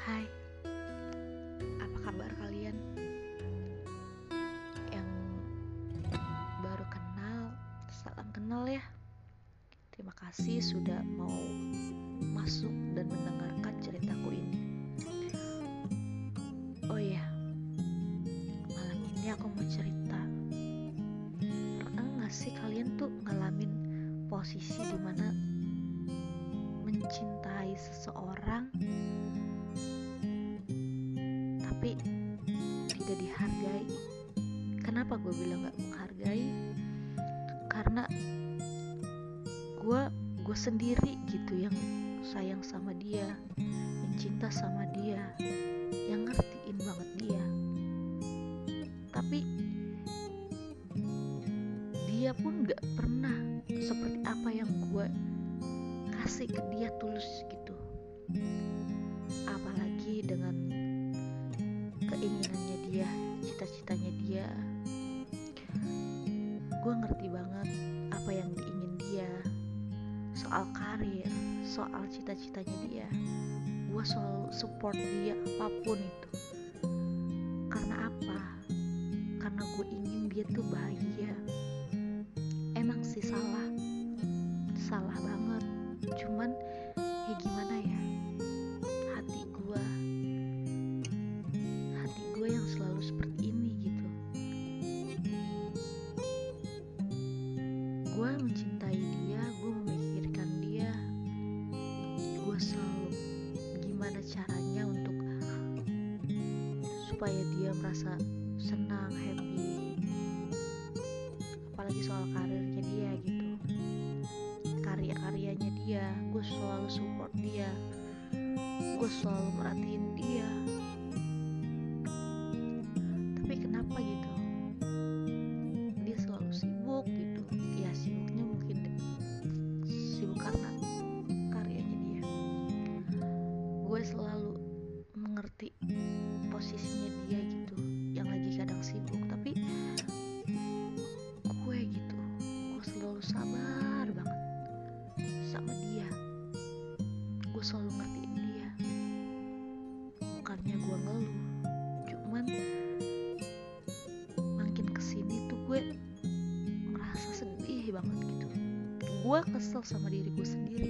Hai, apa kabar kalian? Yang baru kenal, salam kenal ya. Terima kasih sudah mau masuk dan mendengarkan ceritaku ini. Oh iya, malam ini aku mau cerita. Pernah gak sih kalian tuh ngalamin posisi dimana mencintai seseorang tapi tidak dihargai? Kenapa gue bilang gak menghargai? Karena gue sendiri gitu yang sayang sama dia, yang cinta sama dia, yang ngertiin banget dia. Tapi dia pun gak pernah seperti apa yang gue kasih ke dia tulus gitu. Apalagi dengan keinginannya dia, cita-citanya dia. Gue ngerti banget apa yang diingin dia, soal karir, soal cita-citanya dia. Gue selalu support dia apapun itu. Karena apa? Karena gue ingin dia tuh bahagia. Emang sih salah banget. Cuman ya gimana ya, hati gue yang selalu seperti ini gitu. Gue mencintai dia, gue memikirkan dia. Gue selalu gimana caranya untuk supaya dia merasa senang, happy. Apalagi soal karirnya dia gitu, karya-karyanya dia, gue selalu support dia, gue selalu merhatiin dia. Tapi kenapa gitu, dia selalu sibuk gitu. Ya sibuknya mungkin sibuk karena karyanya dia. Gue selalu mengerti posisinya dia gitu, yang lagi kadang sibuk. Tapi gue gitu, gue selalu sabar banget sama dia. Gue selalu ngertiin dia. Bukannya gue ngeluh, cuman makin kesini tuh gue merasa sedih banget gitu. Gue kesel sama diri gue sendiri.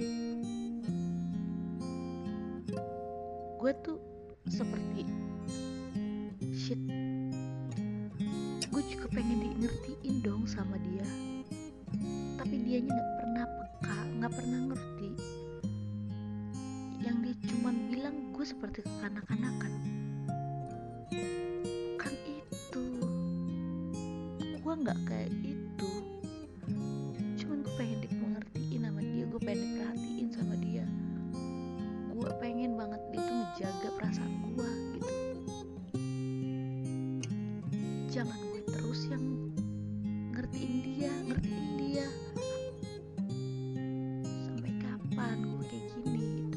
Gue tuh seperti shit, gue juga pengen di ngertiin dong sama dia, tapi dianya gak pernah peka, gak pernah ngerti. Yang dia cuman bilang gue seperti kekanak-kanakan. Bukan itu, gue gak kayak itu. Cuman gue pengen dimengertiin sama dia, gue pengen diperhatiin sama dia. Gue pengen banget dia tuh ngejaga perasaan gue gitu. Jangan gue terus yang ngertiin dia. Sampai kapan gue kayak gini gitu.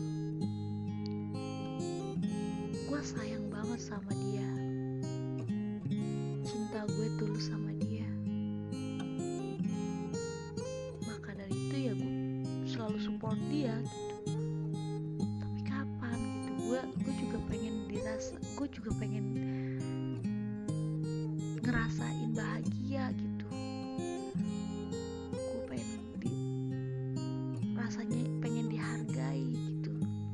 Gue sayang banget sama dia, cinta gue tulus sama dia. Maka dari itu ya gue selalu support dia gitu. Tapi kapan gitu, gue juga pengen gue juga pengen ngerasain bahagia gitu. Gue pengen rasanya pengen dihargai gitu.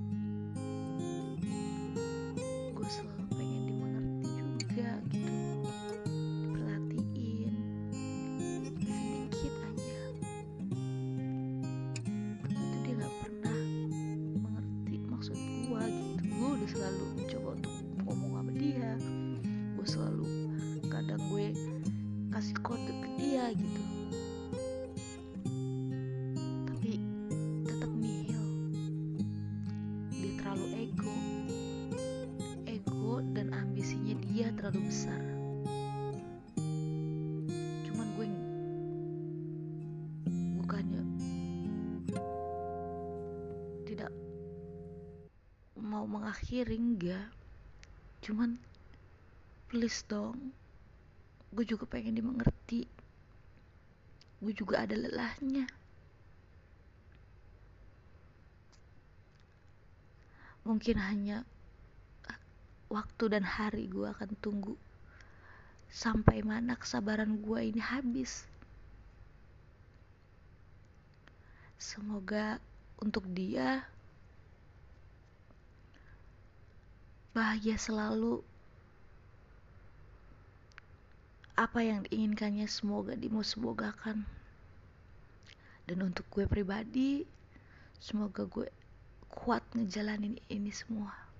Gue selalu pengen dimengerti juga gitu, diperhatiin sedikit aja. Itu dia gak pernah mengerti maksud gue gitu. Gue udah selalu mencoba untuk ngomong sama dia, gue selalu kadang gue kasih kode ke dia gitu, tapi tetap nihil. Dia terlalu ego dan ambisinya dia terlalu besar. Cuman gue bukannya tidak mau mengakhiri, enggak. Cuman please dong, gue juga pengen dimengerti. Gue juga ada lelahnya. Mungkin hanya waktu dan hari gue akan tunggu sampai mana kesabaran gue ini habis. Semoga untuk dia bahagia selalu. Apa yang diinginkannya semoga dimusmogakan. Dan untuk gue pribadi, semoga gue kuat ngejalanin ini semua.